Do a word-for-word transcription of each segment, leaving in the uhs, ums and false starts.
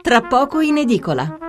Tra poco in edicola.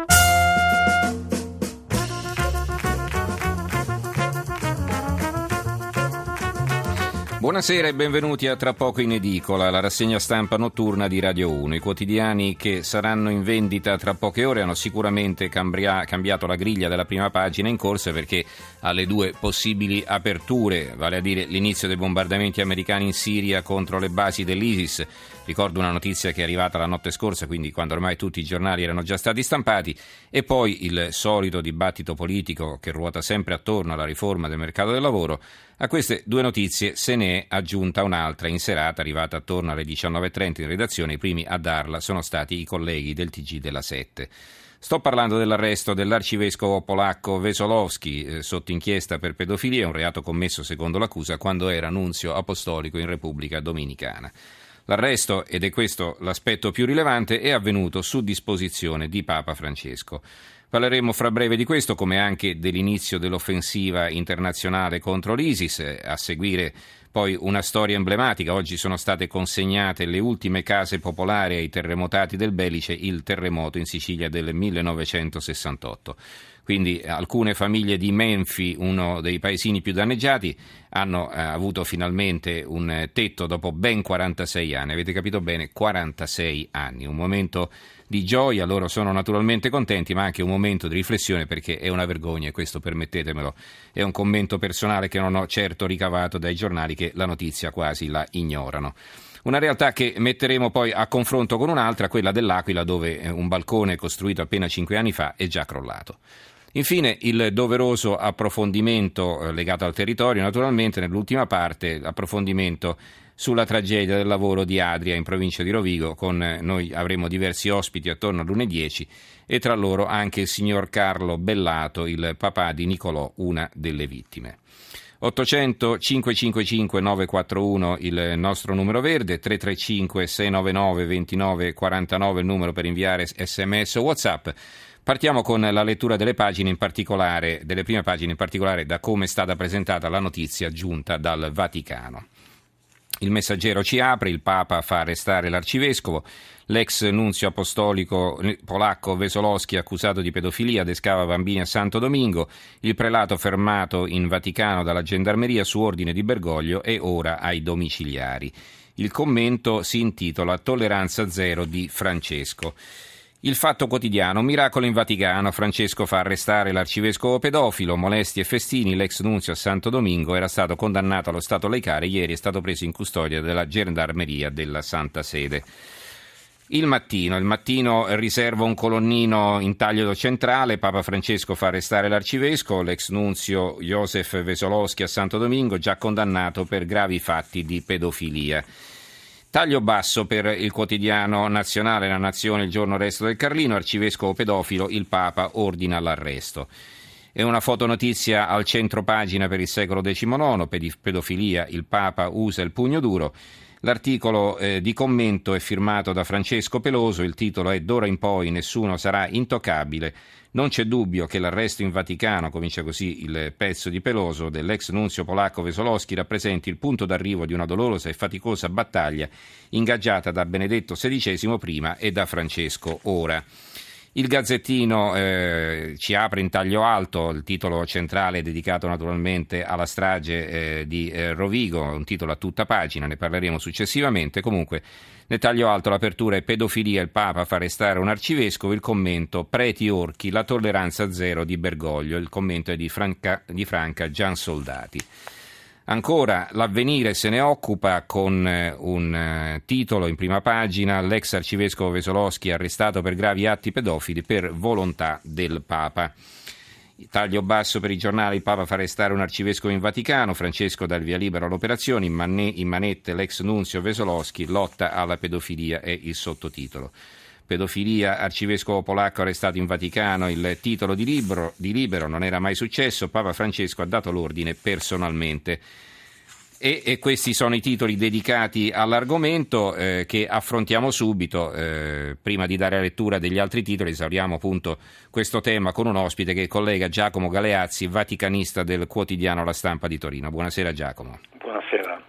Buonasera e benvenuti a Tra poco in edicola, la rassegna stampa notturna di Radio uno. I quotidiani che saranno in vendita tra poche ore hanno sicuramente cambria- cambiato la griglia della prima pagina in corsa, perché alle due possibili aperture, vale a dire l'inizio dei bombardamenti americani in Siria contro le basi dell'ISIS. Ricordo una notizia che è arrivata la notte scorsa, quindi quando ormai tutti i giornali erano già stati stampati, e poi il solito dibattito politico che ruota sempre attorno alla riforma del mercato del lavoro. A queste due notizie se ne è aggiunta un'altra in serata, arrivata attorno alle diciannove e trenta in redazione. I primi a darla sono stati i colleghi del T G della Sette. Sto parlando dell'arresto dell'arcivescovo polacco Wesolowski, eh, sotto inchiesta per pedofilia, un reato commesso secondo l'accusa quando era nunzio apostolico in Repubblica Dominicana. L'arresto, ed è questo l'aspetto più rilevante, è avvenuto su disposizione di Papa Francesco. Parleremo fra breve di questo, come anche dell'inizio dell'offensiva internazionale contro l'ISIS, a seguire poi una storia emblematica. Oggi sono state consegnate le ultime case popolari ai terremotati del Belice, il terremoto in Sicilia del millenovecentosessantotto. Quindi alcune famiglie di Menfi, uno dei paesini più danneggiati, hanno eh, avuto finalmente un tetto dopo ben quarantasei anni. Avete capito bene, quarantasei anni. Un momento di gioia, loro sono naturalmente contenti, ma anche un momento di riflessione, perché è una vergogna, e questo permettetemelo, è un commento personale che non ho certo ricavato dai giornali, che la notizia quasi la ignorano. Una realtà che metteremo poi a confronto con un'altra, quella dell'Aquila, dove un balcone costruito appena cinque anni fa è già crollato. Infine il doveroso approfondimento legato al territorio, naturalmente nell'ultima parte approfondimento sulla tragedia del lavoro di Adria in provincia di Rovigo. Con noi avremo diversi ospiti attorno alle dieci e tra loro anche il signor Carlo Bellato, il papà di Nicolò, una delle vittime. ottocento cinquecentocinquantacinque nove quattro uno il nostro numero verde, tre tre cinque sei nove nove due nove quattro nove il numero per inviare sms o WhatsApp. Partiamo con la lettura delle pagine, in particolare delle prime pagine, in particolare da come è stata presentata la notizia giunta dal Vaticano. Il Messaggero ci apre: il Papa fa arrestare l'arcivescovo, l'ex nunzio apostolico polacco Wesolowski accusato di pedofilia adescava bambini a Santo Domingo, il prelato fermato in Vaticano dalla gendarmeria su ordine di Bergoglio e ora ai domiciliari. Il commento si intitola Tolleranza zero di Francesco. Il Fatto Quotidiano: miracolo in Vaticano, Francesco fa arrestare l'arcivescovo pedofilo, molesti e festini, l'ex nunzio a Santo Domingo era stato condannato allo stato laicare, ieri è stato preso in custodia della gendarmeria della Santa Sede. Il Mattino, il Mattino riserva un colonnino in taglio centrale: Papa Francesco fa arrestare l'arcivescovo, l'ex nunzio Josef Wesolowski a Santo Domingo già condannato per gravi fatti di pedofilia. Taglio basso per il quotidiano nazionale La Nazione, il giorno resto del Carlino: arcivescovo pedofilo, il Papa ordina l'arresto. È una fotonotizia al centro pagina per il secolo diciannove, pedofilia, il Papa usa il pugno duro. L'articolo eh, di commento è firmato da Francesco Peloso, il titolo è D'ora in poi nessuno sarà intoccabile. Non c'è dubbio che l'arresto in Vaticano, comincia così il pezzo di Peloso, dell'ex nunzio polacco Wesolowski rappresenti il punto d'arrivo di una dolorosa e faticosa battaglia ingaggiata da Benedetto sedicesimo prima e da Francesco ora. Il Gazzettino eh, ci apre in taglio alto, il titolo centrale è dedicato naturalmente alla strage eh, di eh, Rovigo, un titolo a tutta pagina, ne parleremo successivamente. Comunque nel taglio alto l'apertura è pedofilia, il Papa fa arrestare un arcivescovo, il commento preti orchi, la tolleranza zero di Bergoglio, il commento è di Franca, di Franca Giansoldati. Ancora l'Avvenire se ne occupa con eh, un eh, titolo in prima pagina: l'ex arcivescovo Wesolowski arrestato per gravi atti pedofili per volontà del Papa. Taglio basso per i giornali: il Papa fa arrestare un arcivescovo in Vaticano, Francesco dà il via libera all'operazione, in, man- in manette l'ex nunzio Wesolowski, lotta alla pedofilia è il sottotitolo. Pedofilia, arcivescovo polacco arrestato in Vaticano, il titolo di libro, di Libero, non era mai successo, Papa Francesco ha dato l'ordine personalmente. E, e questi sono i titoli dedicati all'argomento eh, che affrontiamo subito. Eh, prima di dare lettura degli altri titoli, esauriamo appunto questo tema con un ospite che è il collega Giacomo Galeazzi, vaticanista del quotidiano La Stampa di Torino. Buonasera Giacomo. Buonasera.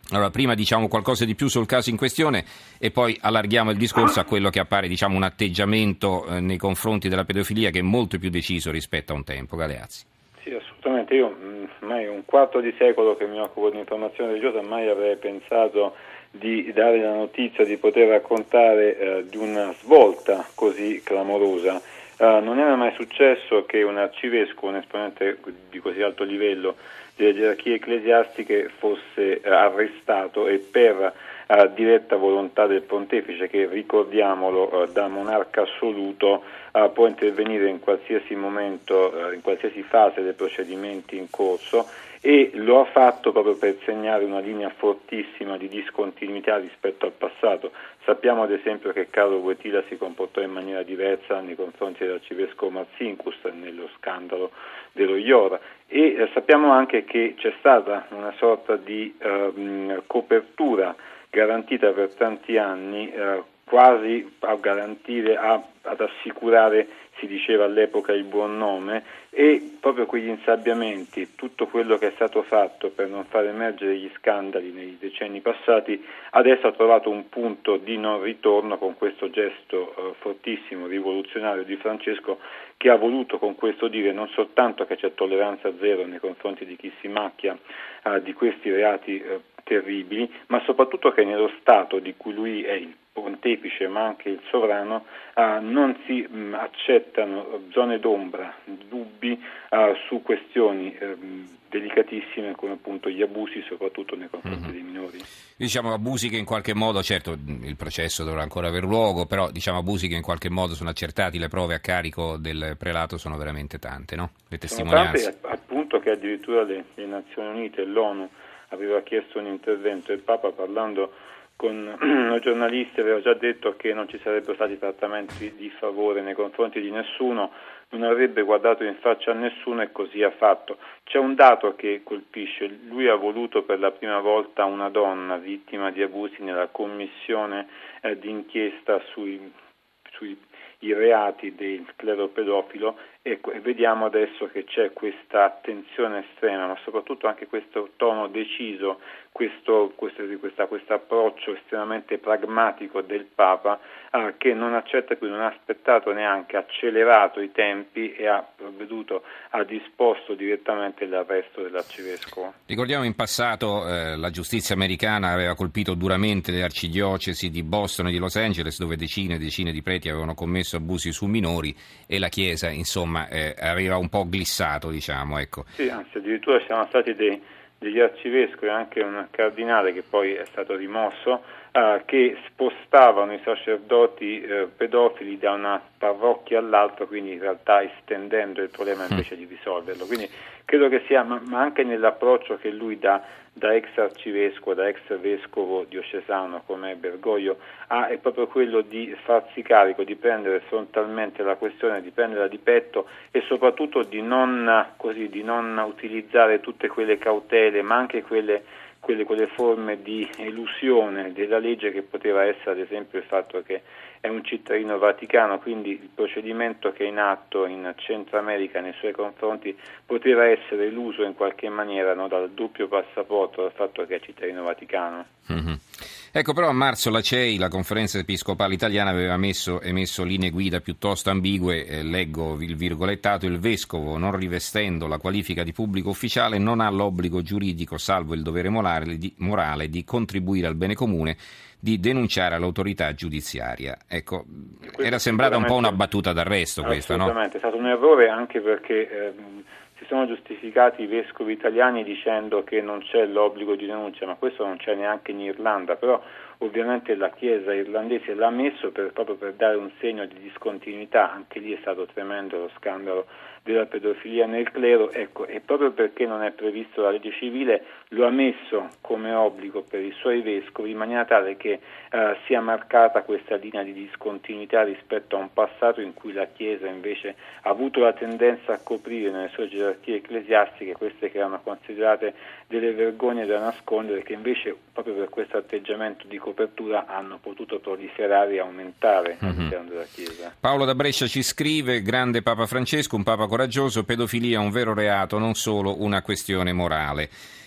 Allora, prima diciamo qualcosa di più sul caso in questione e poi allarghiamo il discorso a quello che appare, diciamo, un atteggiamento eh, nei confronti della pedofilia che è molto più deciso rispetto a un tempo. Galeazzi. Sì, assolutamente. Io mai un quarto di secolo che mi occupo di informazione religiosa, mai avrei pensato di dare la notizia, di poter raccontare eh, di una svolta così clamorosa. Uh, non era mai successo che un arcivescovo, un esponente di così alto livello delle gerarchie ecclesiastiche, fosse uh, arrestato e per uh, diretta volontà del pontefice, che ricordiamolo uh, da monarca assoluto uh, può intervenire in qualsiasi momento, uh, in qualsiasi fase dei procedimenti in corso, e lo ha fatto proprio per segnare una linea fortissima di discontinuità rispetto al passato. Sappiamo ad esempio che Carlo Wojtyla si comportò in maniera diversa nei confronti dell'arcivescovo Marcinkus nello scandalo dello Iora, e eh, sappiamo anche che c'è stata una sorta di eh, copertura garantita per tanti anni, eh, quasi a garantire, a, ad assicurare, si diceva all'epoca, il buon nome, e proprio quegli insabbiamenti, tutto quello che è stato fatto per non far emergere gli scandali nei decenni passati, adesso ha trovato un punto di non ritorno con questo gesto eh, fortissimo, rivoluzionario di Francesco, che ha voluto con questo dire non soltanto che c'è tolleranza zero nei confronti di chi si macchia eh, di questi reati eh, terribili, ma soprattutto che nello Stato di cui lui è il pontefice ma anche il sovrano uh, non si mh, accettano zone d'ombra, dubbi uh, su questioni uh, delicatissime come appunto gli abusi, soprattutto nei confronti mm-hmm. dei minori. Diciamo abusi che in qualche modo, certo il processo dovrà ancora aver luogo, però diciamo abusi che in qualche modo sono accertati, le prove a carico del prelato sono veramente tante, no? Le testimonianze. Sono tante, appunto, che addirittura le, le Nazioni Unite e l'ONU aveva chiesto un intervento, e il Papa, parlando con noi giornalisti, aveva già detto che non ci sarebbero stati trattamenti di favore nei confronti di nessuno, non avrebbe guardato in faccia a nessuno, e così ha fatto. C'è un dato che colpisce: lui ha voluto per la prima volta una donna vittima di abusi nella commissione eh, d'inchiesta sui, sui i reati del clero pedofilo, e vediamo adesso che c'è questa attenzione estrema, ma soprattutto anche questo tono deciso, questo questo questo approccio estremamente pragmatico del Papa, eh, che non accetta più, non ha aspettato neanche, ha accelerato i tempi e ha provveduto, ha disposto direttamente l'arresto dell'arcivescovo. Ricordiamo in passato eh, la giustizia americana aveva colpito duramente le arcidiocesi di Boston e di Los Angeles, dove decine e decine di preti avevano commesso abusi su minori, e la Chiesa insomma eh, aveva un po' glissato, diciamo, ecco. Sì, anzi addirittura ci sono stati dei, degli arcivescovi, anche un cardinale che poi è stato rimosso, eh, che spostavano i sacerdoti eh, pedofili da una parrocchia all'altra, quindi in realtà estendendo il problema invece mm. di risolverlo. Quindi credo che sia, ma, ma anche nell'approccio che lui dà da ex arcivescovo, da ex vescovo diocesano come Bergoglio, ha, è proprio quello di farsi carico, di prendere frontalmente la questione, di prenderla di petto, e soprattutto di non, così, di non utilizzare tutte quelle cautele, ma anche quelle, quelle, quelle forme di elusione della legge, che poteva essere ad esempio il fatto che è un cittadino vaticano, quindi il procedimento che è in atto in Centro America nei suoi confronti poteva essere eluso in qualche maniera, no, dal doppio passaporto, dal fatto che è cittadino vaticano. Mm-hmm. Ecco, però a marzo la C E I, la Conferenza Episcopale Italiana, aveva messo, emesso linee guida piuttosto ambigue, eh, leggo il virgolettato: il vescovo, non rivestendo la qualifica di pubblico ufficiale, non ha l'obbligo giuridico, salvo il dovere morale di, morale, di contribuire al bene comune, di denunciare l'autorità giudiziaria. Ecco, era sembrata un po' una battuta d'arresto questa, no? Assolutamente, è stato un errore, anche perché eh, si sono giustificati i vescovi italiani dicendo che non c'è l'obbligo di denuncia, ma questo non c'è neanche in Irlanda, però ovviamente la Chiesa irlandese l'ha messo per, proprio per dare un segno di discontinuità. Anche lì è stato tremendo lo scandalo della pedofilia nel clero, ecco, e proprio perché non è previsto la legge civile lo ha messo come obbligo per i suoi vescovi, in maniera tale che eh, sia marcata questa linea di discontinuità rispetto a un passato in cui la Chiesa invece ha avuto la tendenza a coprire nelle sue gerarchie ecclesiastiche queste che erano considerate delle vergogne da nascondere, che invece proprio per questo atteggiamento di copertura hanno potuto proliferare e aumentare mm-hmm. all'interno della Chiesa. Paolo da Brescia ci scrive: grande Papa Francesco, un Papa coraggioso, pedofilia è un vero reato, non solo una questione morale.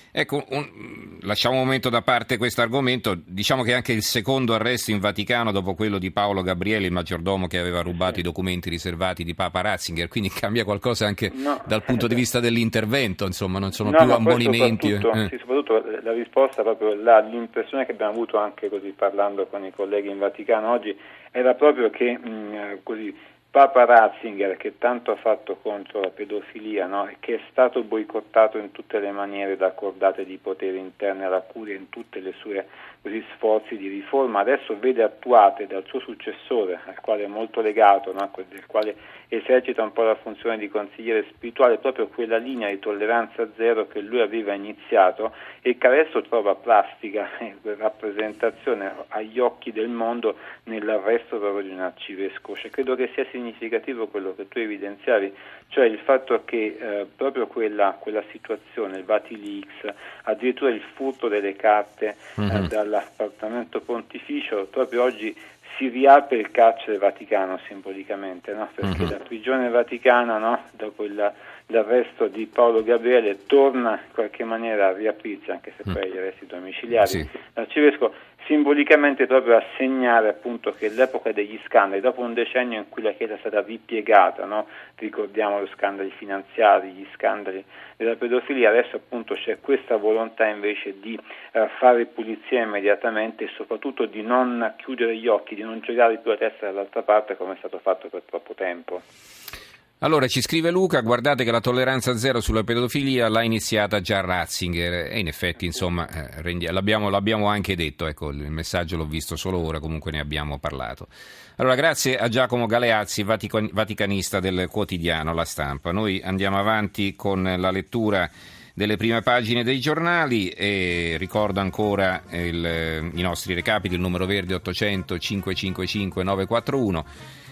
Ecco, un, lasciamo un momento da parte questo argomento. Diciamo che anche il secondo arresto in Vaticano dopo quello di Paolo Gabriele, il maggiordomo che aveva rubato sì. i documenti riservati di Papa Ratzinger, quindi cambia qualcosa anche no. dal punto di vista dell'intervento, insomma, non sono no, più ammonimenti. Soprattutto, eh. sì, soprattutto la risposta, proprio là, l'impressione che abbiamo avuto anche così parlando con i colleghi in Vaticano oggi, era proprio che mh, così Papa Ratzinger, che tanto ha fatto contro la pedofilia, no? E che è stato boicottato in tutte le maniere da cordate di potere interne alla Curia, in tutte le sue così, sforzi di riforma, adesso vede attuate dal suo successore, al quale è molto legato, no? Del quale esercita un po' la funzione di consigliere spirituale, proprio quella linea di tolleranza zero che lui aveva iniziato e che adesso trova plastica e rappresentazione agli occhi del mondo nell'arresto proprio di un arcivescovo. Cioè, credo che sia significativo quello che tu evidenziavi, cioè il fatto che eh, proprio quella, quella situazione, il Vatilix, addirittura il furto delle carte mm-hmm. eh, dall'appartamento pontificio, proprio oggi si riapre il carcere vaticano simbolicamente, no? Perché mm-hmm. la prigione vaticana, no? Dopo il, l'arresto di Paolo Gabriele, torna in qualche maniera a riaprirsi, anche se mm. poi gli arresti domiciliari. Sì. L'arcivescovo simbolicamente proprio a segnare appunto che l'epoca degli scandali, dopo un decennio in cui la Chiesa è stata ripiegata, no? Ricordiamo gli scandali finanziari, gli scandali della pedofilia, adesso appunto c'è questa volontà invece di uh, fare pulizia immediatamente e soprattutto di non chiudere gli occhi, di non girare più la testa dall'altra parte come è stato fatto per troppo tempo. Allora ci scrive Luca, guardate che la tolleranza zero sulla pedofilia l'ha iniziata già Ratzinger e in effetti insomma eh, l'abbiamo, l'abbiamo anche detto, ecco il messaggio l'ho visto solo ora, comunque ne abbiamo parlato. Allora grazie a Giacomo Galeazzi, vatican- vaticanista del quotidiano La Stampa. Noi andiamo avanti con la lettura delle prime pagine dei giornali e ricordo ancora il, i nostri recapiti, il numero verde ottocento cinquecentocinquantacinque novecentoquarantuno.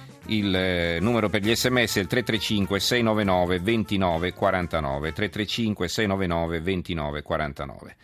Il numero per gli sms è il tre tre cinque sei nove nove due nove quattro nove, tre tre cinque sei nove nove due nove quattro nove.